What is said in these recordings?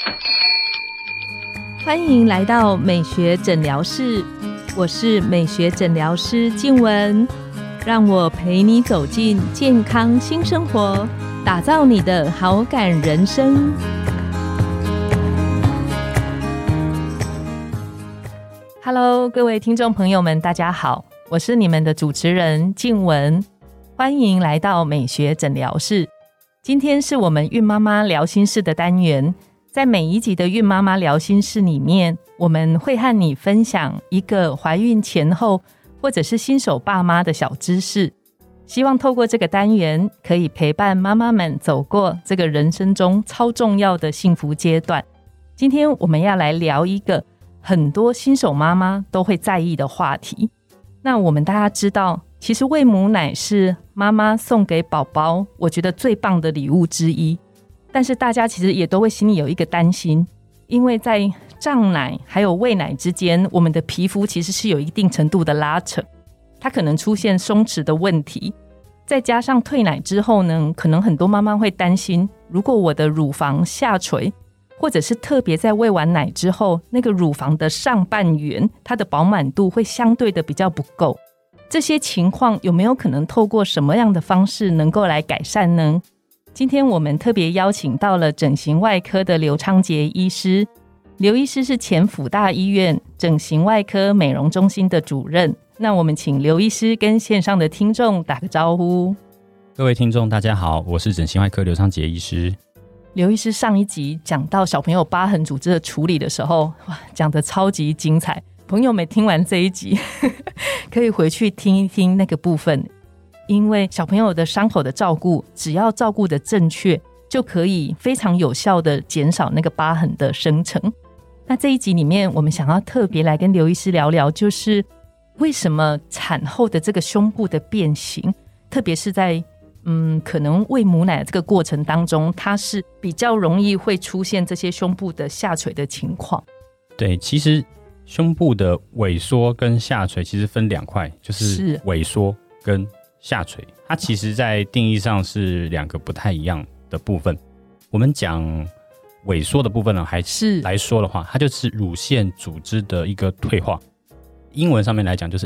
欢迎来到美学诊疗室，我是美学诊疗师静雯，让我陪你走进健康新生活，打造你的好感人生。Hello， 各位听众朋友们，大家好，我是你们的主持人静雯，欢迎来到美学诊疗室。今天是我们孕妈妈聊心事的单元，在每一集的孕妈妈聊心事里面，我们会和你分享一个怀孕前后或者是新手爸妈的小知识，希望透过这个单元可以陪伴妈妈们走过这个人生中超重要的幸福阶段。今天我们要来聊一个很多新手妈妈都会在意的话题。那我们大家知道，其实喂母奶是妈妈送给宝宝我觉得最棒的礼物之一，但是大家其实也都会心里有一个担心，因为在胀奶还有喂奶之间，我们的皮肤其实是有一定程度的拉扯，它可能出现松弛的问题。再加上退奶之后呢，可能很多妈妈会担心，如果我的乳房下垂，或者是特别在喂完奶之后，那个乳房的上半圆它的饱满度会相对的比较不够，这些情况有没有可能透过什么样的方式能够来改善呢？今天我们特别邀请到了整形外科的刘昌杰医师。刘医师是前辅大医院整形外科美容中心的主任。那我们请刘医师跟线上的听众打个招呼。 各位听众大家好，我是整形外科刘昌杰医师。 刘医师上一集讲到小朋友疤痕组织的处理的时候，哇，讲得超级精彩。朋友们听完这一集可以回去听一听那个部分，因为小朋友的伤口的照顾，只要照顾的正确，就可以非常有效的减少那个疤痕的生成。那这一集里面，我们想要特别来跟刘医师聊聊，就是为什么产后的这个胸部的变形，特别是在可能喂母奶的这个过程当中，它是比较容易会出现这些胸部的下垂的情况。 对，其实胸部的萎缩跟下垂其实分两块，就是萎缩跟下垂，它其实在定义上是两个不太一样的部分。我们讲萎缩的部分呢，还是来说的话，它就是乳腺组织的一个退化。英文上面来讲就是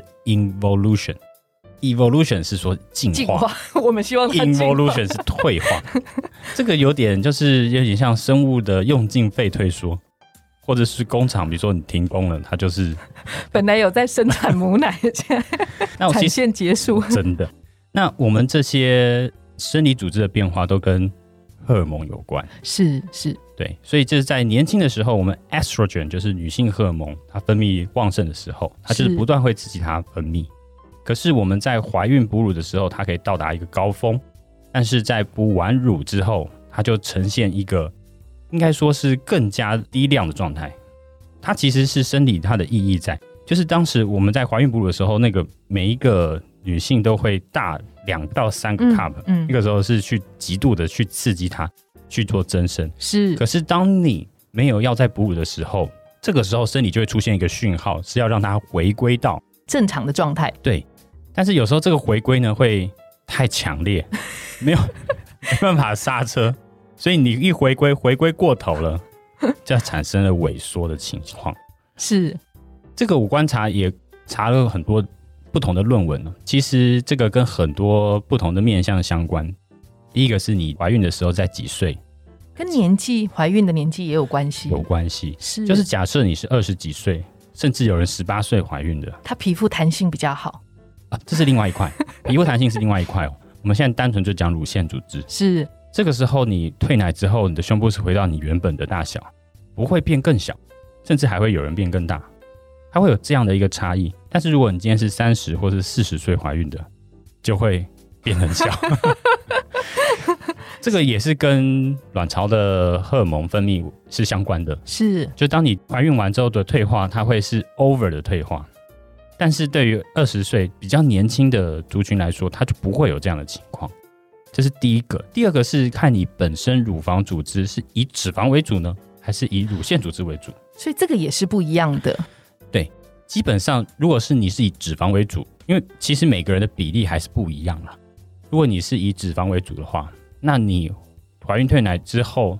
involution。Evolution 是说进化， 我们希望它进化。 Involution 是退化，这个有点像生物的用进废退缩，或者是工厂，比如说你停工了，它就是本来有在生产母奶，那产线结束， 真的。那我们这些生理组织的变化都跟荷尔蒙有关， 是， 对，所以这是在年轻的时候，我们 estrogen 就是女性荷尔蒙，它分泌旺盛的时候，它就是不断会刺激它分泌。可是我们在怀孕哺乳的时候，它可以到达一个高峰，但是在哺完乳之后，它就呈现一个应该说是更加低量的状态。它其实是生理它的意义在，就是当时我们在怀孕哺乳的时候，那个每一个女性都会大2到3个 cup，那个时候是去极度的去刺激它去做增生。 是， 可是当你没有要在哺乳的时候，这个时候生理就会出现一个讯号，是要让它回归到正常的状态。 对。但是有时候这个回归呢会太强烈，没办法刹车，所以你一回归过头了，就产生了萎缩的情况。 是， 这个我观察也查了很多不同的论文，其实这个跟很多不同的面向相关。第一个是你怀孕的时候在几岁， 跟年纪怀孕的年纪也有关系。 有关系， 是， 就是假设你是20几岁，甚至有人18岁怀孕的， 他皮肤弹性比较好。 这是另外一块，皮肤弹性是另外一块。我们现在单纯就讲乳腺组织。 是， 这个时候你退奶之后，你的胸部是回到你原本的大小，不会变更小，甚至还会有人变更大，它会有这样的一个差异。但是如果你今天是30或是40岁怀孕的，就会变很小。这个也是跟卵巢的荷尔蒙分泌是相关的。 是， 就当你怀孕完之后的退化，它会是 over 的退化。但是对于20岁比较年轻的族群来说，它就不会有这样的情况。这是第一个。第二个是看你本身乳房组织是以脂肪为主呢，还是以乳腺组织为主， 所以这个也是不一样的。 对，基本上如果是你是以脂肪为主，因为其实每个人的比例还是不一样啦。如果你是以脂肪为主的话，那你怀孕退奶之后，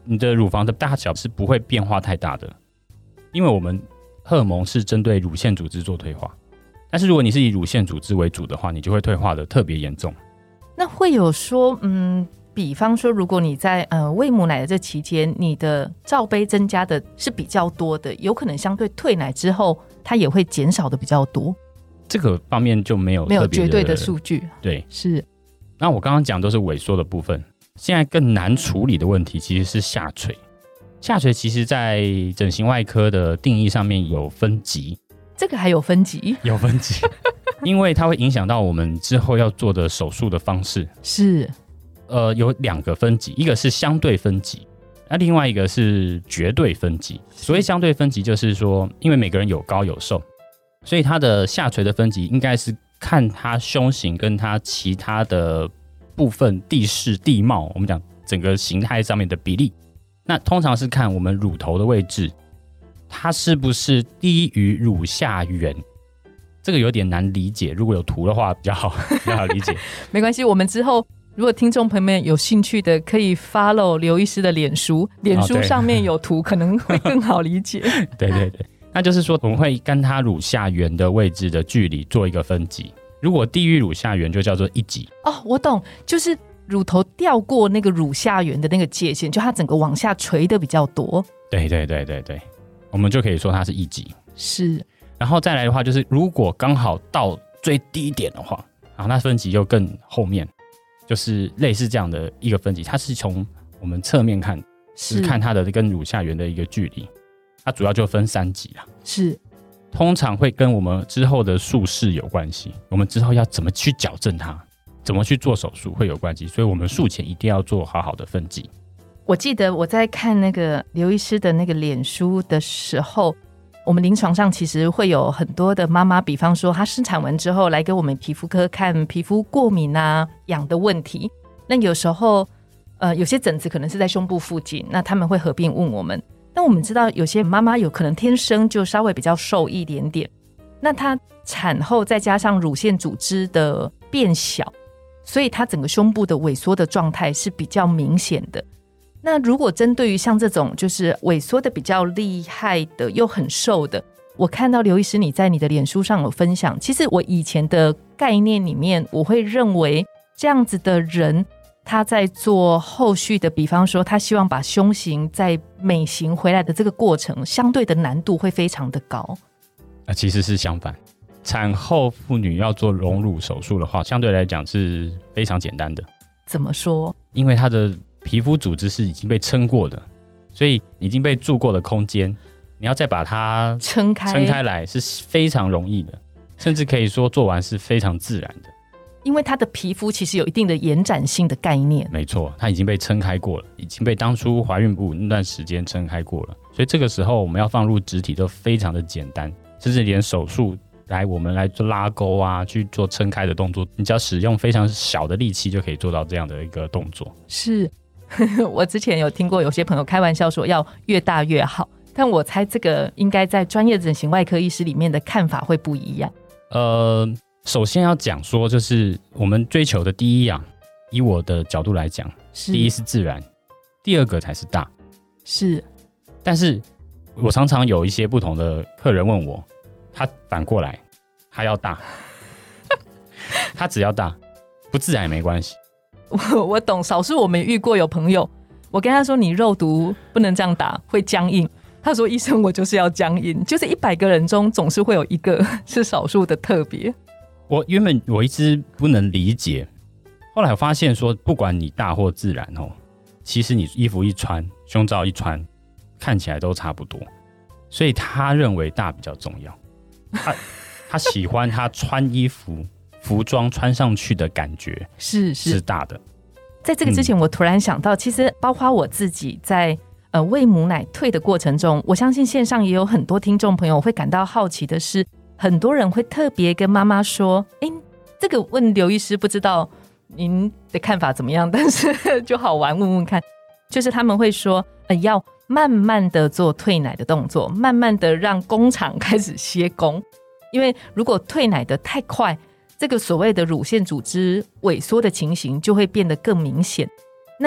你的乳房的大小是不会变化太大的，因为我们荷尔蒙是针对乳腺组织做退化，但是如果你是以乳腺组织为主的话，你就会退化的特别严重。 那会有说比方说如果你在喂母奶的这期间，你的罩杯增加的是比较多的，有可能相对退奶之后它也会减少的比较多， 这个方面就没有绝对的数据。 对， 是。 那我刚刚讲都是萎缩的部分，现在更难处理的问题其实是下垂。下垂其实在整形外科的定义上面有分级。 这个还有分级？ 有分级因为它会影响到我们之后要做的手术的方式。 是有2个分级，一个是相对分级，那另外一个是绝对分级。所谓相对分级就是说，因为每个人有高有瘦，所以它的下垂的分级应该是看它胸型跟它其他的部分地势地貌，我们讲整个形态上面的比例。那通常是看我们乳头的位置，它是不是低于乳下缘。这个有点难理解，如果有图的话比较好理解。 没关系，我们之后如果听众朋友们有兴趣的，可以 follow 刘医师的脸书上面有图，可能会更好理解。 对对对，那就是说我们会跟它乳下缘的位置的距离做一个分级，如果低于乳下缘就叫做1级。 哦，我懂，就是乳头掉过那个乳下缘的那个界限，就它整个往下垂的比较多。 对对对对对，我们就可以说它是1级。 是。 然后再来的话，就是如果刚好到最低点的话，那分级又更后面，就是类似这样的一个分级，它是从我们侧面看，是看它的跟乳下缘的一个距离，它主要就分3级啦。 是， 通常会跟我们之后的术式有关系，我们之后要怎么去矫正它，怎么去做手术会有关系，所以我们术前一定要做好好的分级。 我记得我在看那个刘医师的那个脸书的时候，我们临床上其实会有很多的妈妈，比方说她生产完之后来给我们皮肤科看皮肤过敏啊、痒的问题。那有时候有些疹子可能是在胸部附近，那他们会合并问我们。那我们知道有些妈妈有可能天生就稍微比较瘦一点点，那她产后再加上乳腺组织的变小，所以她整个胸部的萎缩的状态是比较明显的。那如果针对于像这种就是萎缩的比较厉害的又很瘦的，我看到刘医师你在你的脸书上有分享，其实我以前的概念里面我会认为这样子的人他在做后续的，比方说他希望把胸型再美型回来的这个过程，相对的难度会非常的高。 其实是相反，产后妇女要做隆乳手术的话，相对来讲是非常简单的。 怎么说？ 因为它的皮肤组织是已经被撑过的，所以已经被住过的空间，你要再把它撑开来是非常容易的，甚至可以说做完是非常自然的。 因为它的皮肤其实有一定的延展性的概念。 没错，它已经被撑开过了，已经被当初怀孕哺乳那段时间撑开过了，所以这个时候我们要放入植体都非常的简单，甚至连手术我们来做拉钩啊，去做撑开的动作，你只要使用非常小的力气就可以做到这样的一个动作。 是我之前有听过有些朋友开玩笑说要越大越好，但我猜这个应该在专业整形外科医师里面的看法会不一样。 首先要讲说，就是我们追求的第一以我的角度来讲，第一是自然，第二个才是大。 是， 但是我常常有一些不同的客人问我，他反过来他要大他只要大，不自然也没关系。 我懂，少数我们遇过有朋友，我跟他说你肉毒不能这样打，会僵硬。他说医生我就是要僵硬，就是100个人中总是会有一个是少数的特别。 原本我一直不能理解，后来我发现说不管你大或自然其实你衣服一穿，胸罩一穿，看起来都差不多，所以他认为大比较重要。他喜欢他穿衣服服装穿上去的感觉是大的。 在这个之前我突然想到，其实包括我自己在喂母奶退的过程中，我相信线上也有很多听众朋友会感到好奇的是，很多人会特别跟妈妈说这个问刘医师不知道您的看法怎么样，但是就好玩问问看，就是他们会说要慢慢的做退奶的动作，慢慢的让工厂开始歇工，因为如果退奶的太快，这个所谓的乳腺组织萎缩的情形就会变得更明显。那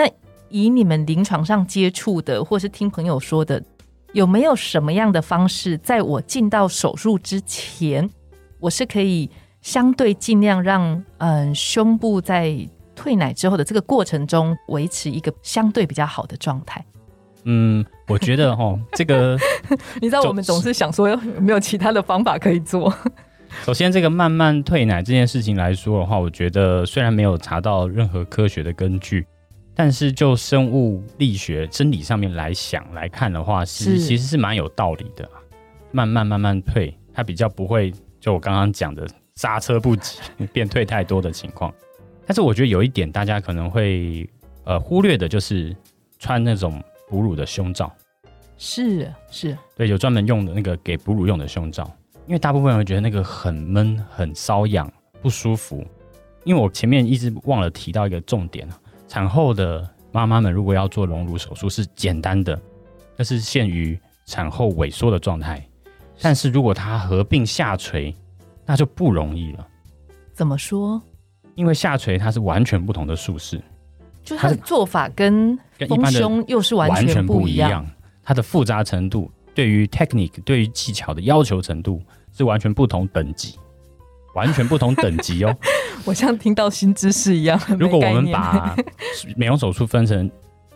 以你们临床上接触的或是听朋友说的，有没有什么样的方式在我进到手术之前，我是可以相对尽量让胸部在退奶之后的这个过程中维持一个相对比较好的状态？ 我觉得这个你知道我们总是想说有没有其他的方法可以做。 首先这个慢慢退奶这件事情来说的话，我觉得虽然没有查到任何科学的根据，但是就生物力学生理上面来看的话，其实是蛮有道理的。慢慢退，它比较不会就我刚刚讲的刹车不及变退太多的情况。但是我觉得有一点大家可能会忽略的，就是穿那种哺乳的胸罩。 是， 对，有专门用的那个给哺乳用的胸罩，因为大部分人会觉得那个很闷、很瘙痒、不舒服。因为我前面一直忘了提到一个重点，产后的妈妈们如果要做隆乳手术是简单的，那是限于产后萎缩的状态。但是如果它合并下垂，那就不容易了。 怎么说？ 因为下垂它是完全不同的术式， 就它的做法跟丰胸又是完全不一样， 它的复杂程度对于 technique 对于技巧的要求程度是完全不同等级，完全不同等级哦。 我像听到新知识一样。 如果我们把美容手术分成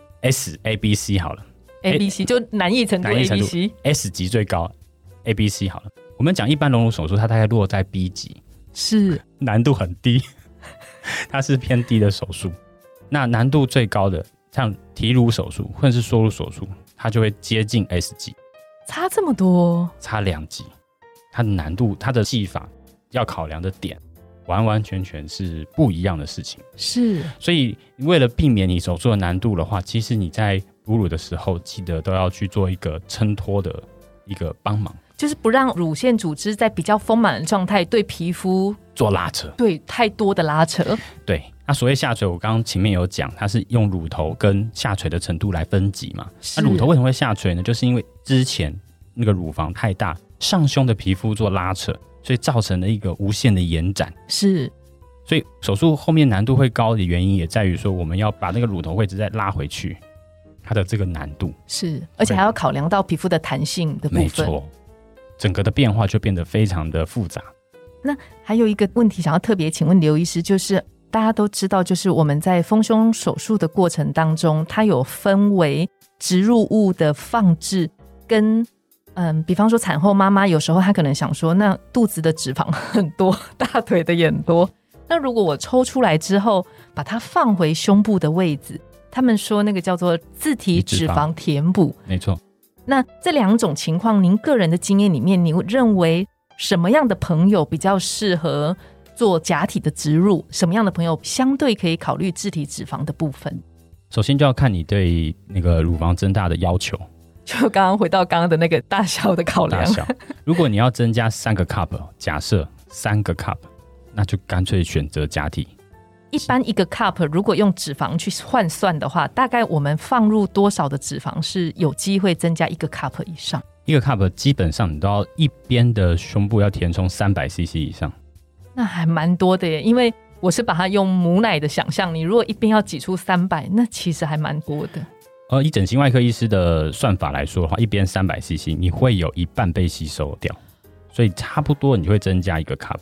S、A、B、C 好了 ，A、B、C 就难易程度 A、B、C， S 级最高 A、B、C 好了。我们讲一般隆乳手术，它大概落在 B 级， 是难度很低，它是偏低的手术。那难度最高的像提乳手术或者是缩乳手术，它就会接近 S 级， 差这么多， 差2级。它的难度，它的技法要考量的点，完完全全是不一样的事情。 是， 所以为了避免你手术的难度的话，其实你在哺乳的时候，记得都要去做一个撑托的一个帮忙， 就是不让乳腺组织在比较丰满的状态对皮肤做拉扯， 对太多的拉扯。 对，那所谓下垂，我刚刚前面有讲，它是用乳头跟下垂的程度来分级嘛。那乳头为什么会下垂呢？就是因为之前那个乳房太大，上胸的皮肤做拉扯，所以造成了一个无限的延展。 是， 所以手术后面难度会高的原因也在于说，我们要把那个乳头位置再拉回去，它的这个难度是，而且还要考量到皮肤的弹性的部分。 没错，整个的变化就变得非常的复杂。 那还有一个问题想要特别请问刘医师，就是大家都知道，就是我们在丰胸手术的过程当中，它有分为植入物的放置跟比方说产后妈妈有时候她可能想说，那肚子的脂肪很多，大腿的也很多，那如果我抽出来之后把它放回胸部的位置，他们说那个叫做自体脂肪填补。 没错。 那这两种情况，您个人的经验里面，你认为什么样的朋友比较适合做假体的植入？什么样的朋友相对可以考虑自体脂肪的部分？ 首先就要看你对那个乳房增大的要求。 就刚刚回到刚刚的那个大小的考量。 大小，如果你要增加3个 cup， 假设3个 cup， 那就干脆选择假体。 一般1个 cup 如果用脂肪去换算的话，大概我们放入多少的脂肪是有机会增加1个 cup 以上 ？1个 cup 基本上你都要一边的胸部要填充300cc 以上。 那还蛮多的耶，因为我是把它用母奶的想象，你如果一边要挤出300，那其实还蛮多的。 以整形外科医师的算法来说的话，一边300cc 你会有一半被吸收掉，所以差不多你会增加1个 cup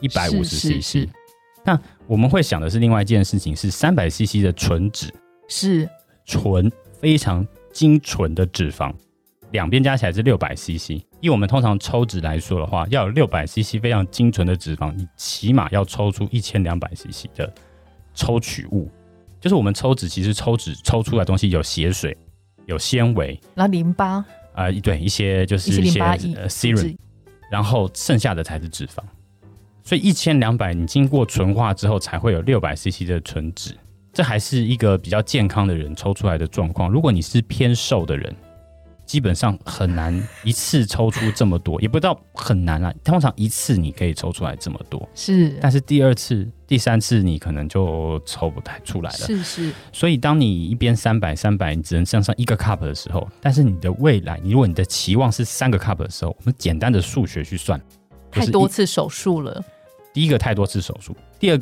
150cc。那我们会想的是另外一件事情，是300cc 的纯脂， 是纯非常精纯的脂肪，两边加起来是600cc。以我们通常抽脂来说的话，要有600cc 非常精纯的脂肪，你起码要抽出1200cc 的抽取物。就是我们抽脂，其实抽脂抽出来的东西有血水、有纤维， 然后淋巴， 对，一些就是一些serum， 然后剩下的才是脂肪。所以1200你经过纯化之后，才会有600cc 的纯脂。这还是一个比较健康的人抽出来的状况。如果你是偏瘦的人，基本上很难一次抽出这么多，也不到很难啦。通常一次你可以抽出来这么多， 是， 但是第2次、第3次你可能就抽不太出来了。 是。 所以当你一边300，你只能上1个 cup 的时候，但是你的未来，如果你的期望是3个 cup 的时候，我们简单的数学去算， 太多次手术了。 第一个太多次手术，第二个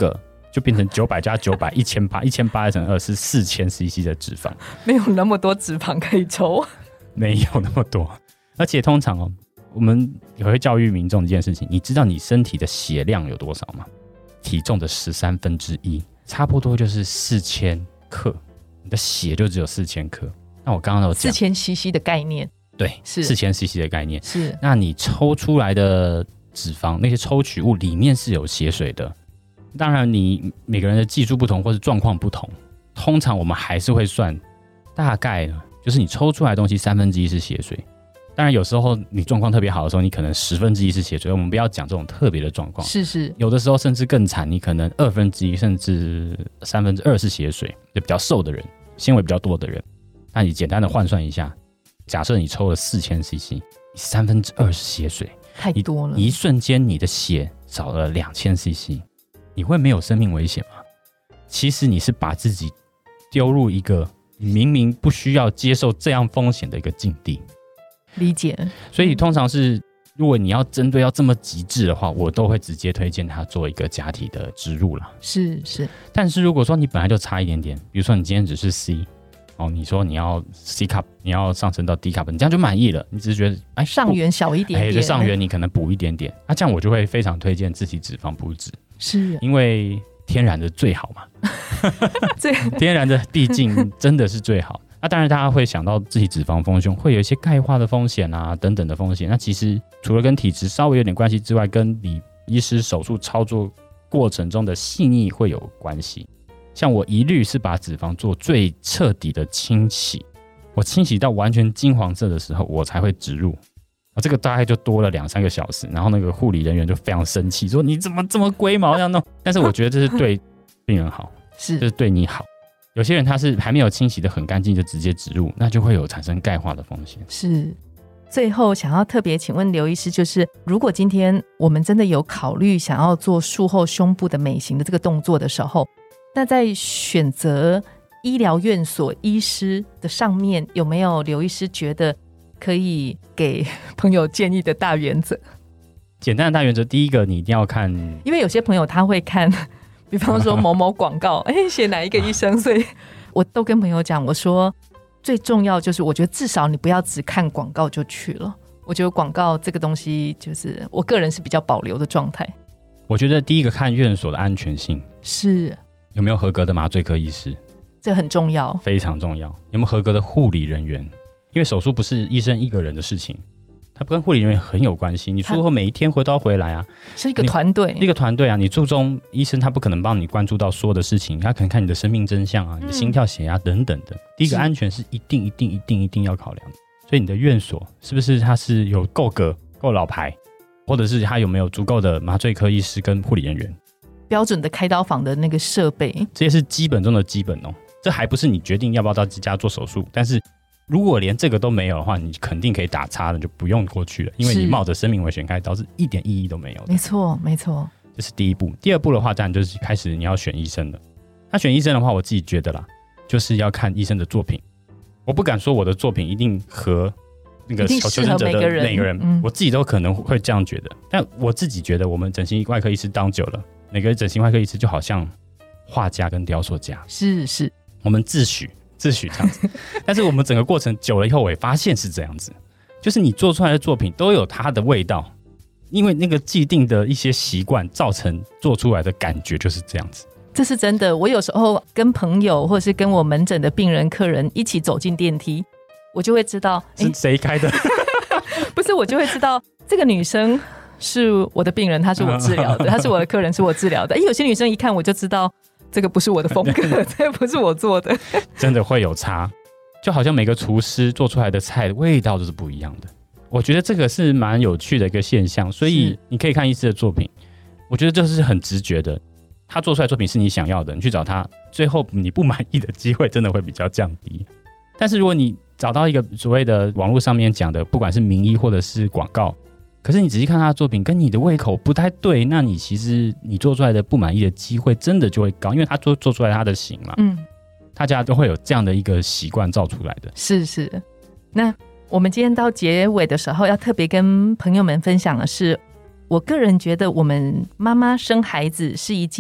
就变成900加900 1800乘2是4000cc 的脂肪， 没有那么多脂肪可以抽， 没有那么多。而且通常我们也会教育民众一件事情，你知道你身体的血量有多少吗？体重的1/13，差不多就是4000克，你的血就只有4000克。那我刚刚有讲 4000cc 的概念， 对， 是 4000cc 的概念， 是。 那你抽出来的脂肪，那些抽取物里面是有血水的。当然，你每个人的技术不同或是状况不同，通常我们还是会算大概呢，就是你抽出来的东西1/3是血水。当然，有时候你状况特别好的时候，你可能1/10是血水。我们不要讲这种特别的状况， 是。有的时候甚至更惨，你可能1/2甚至2/3是血水，就比较瘦的人，纤维比较多的人。那你简单的换算一下，假设你抽了4000cc， 2/3是血水， 太多了。 一瞬间你的血少了2000cc。你会没有生命危险吗？其实你是把自己丢入一个明明不需要接受这样风险的一个境地。 理解。 所以通常是，如果你要针对要这么极致的话，我都会直接推荐他做一个假体的植入啦。 是。 但是如果说你本来就差一点点，比如说你今天只是 C，你说你要 C cup， 你要上升到 D cup， 你这样就满意了。你只是觉得上缘小一点点， 就上缘你可能补一点点，这样我就会非常推荐自体脂肪补脂。 是因为天然的最好嘛天然的毕竟真的是最好。那当然大家会想到自体脂肪丰胸会有一些钙化的风险啊等等的风险，那其实除了跟体质稍微有点关系之外，跟你医师手术操作过程中的细腻会有关系。像我一律是把脂肪做最彻底的清洗，我清洗到完全金黄色的时候我才会植入。这个大概就多了2-3个小时，然后那个护理人员就非常生气，说你怎么这么龟毛这样弄？但是我觉得这是对病人好，这是对你好。有些人他是还没有清洗的很干净就直接植入，那就会有产生钙化的风险。 是。最后想要特别请问刘医师，就是如果今天我们真的有考虑想要做术后胸部的美型的这个动作的时候，那在选择医疗院所医师的上面，有没有刘医师觉得可以给朋友建议的大原则？ 简单的大原则，第一个你一定要看， 因为有些朋友他会看比方说某某广告写哪一个医生，所以我都跟朋友讲，我说最重要就是我觉得至少你不要只看广告就去了。我觉得广告这个东西就是我个人是比较保留的状态。 我觉得第一个看院所的安全性， 是有没有合格的麻醉科医师， 这很重要， 非常重要。有没有合格的护理人员，因为手术不是医生一个人的事情，它跟护理人员很有关系。你术后每一天都要回来啊， 是一个团队， 一个团队啊。你注重医生，他不可能帮你关注到所有的事情，他可能看你的生命真相啊，你的心跳、血压等等的。第一个安全是一定要考量的。所以你的院所是不是它是有够格、够老牌，或者是他有没有足够的麻醉科医师跟护理人员， 标准的开刀房的那个设备， 这些是基本中的基本哦。这还不是你决定要不要到这家做手术，但是如果连这个都没有的话，你肯定可以打叉的，就不用过去了，因为你冒着生命危险开刀是一点意义都没有的。 没错没错， 这是第一步。第二步的话，当然就是开始你要选医生了。那选医生的话，我自己觉得啦，就是要看医生的作品。我不敢说我的作品一定和那个求生者的每个人，我自己都可能会这样觉得。但我自己觉得，我们整形外科医师当久了，每个整形外科医师就好像画家跟雕塑家， 是我们自诩这样子，但是我们整个过程久了以后，我也发现是这样子，就是你做出来的作品都有它的味道，因为那个既定的一些习惯造成做出来的感觉就是这样子。 这是真的。我有时候跟朋友或是跟我门诊的病人客人一起走进电梯，我就会知道是谁开的不是，我就会知道这个女生是我的病人，她是我治疗的她是我的客人，是我治疗的。有些女生一看我就知道这个不是我的风格这不是我做的真的会有差，就好像每个厨师做出来的菜的味道都是不一样的。我觉得这个是蛮有趣的一个现象，所以你可以看医师的作品，我觉得这是很直觉的，他做出来的作品是你想要的，你去找他，最后你不满意的机会真的会比较降低。但是如果你找到一个所谓的网络上面讲的，不管是名医或者是广告，可是你仔细看他的作品跟你的胃口不太对，那你其实你做出来的不满意的机会真的就会高，因为他做出来他的型嘛，大家都会有这样的一个习惯造出来的。 是。那我们今天到结尾的时候要特别跟朋友们分享的是，我个人觉得我们妈妈生孩子是一件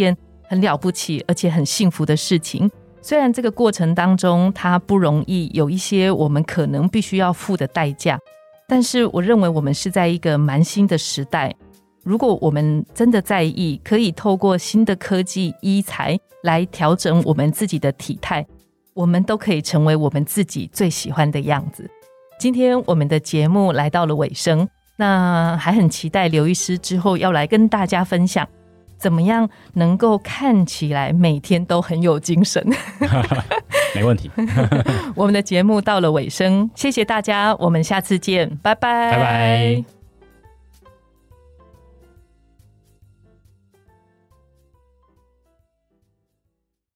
很了不起而且很幸福的事情。虽然这个过程当中它不容易，有一些我们可能必须要付的代价，但是我认为我们是在一个蛮新的时代，如果我们真的在意，可以透过新的科技医材来调整我们自己的体态，我们都可以成为我们自己最喜欢的样子。今天我们的节目来到了尾声，那还很期待刘医师之后要来跟大家分享怎么样能够看起来每天都很有精神没问题我们的节目到了尾声，谢谢大家，我们下次见，拜拜拜拜。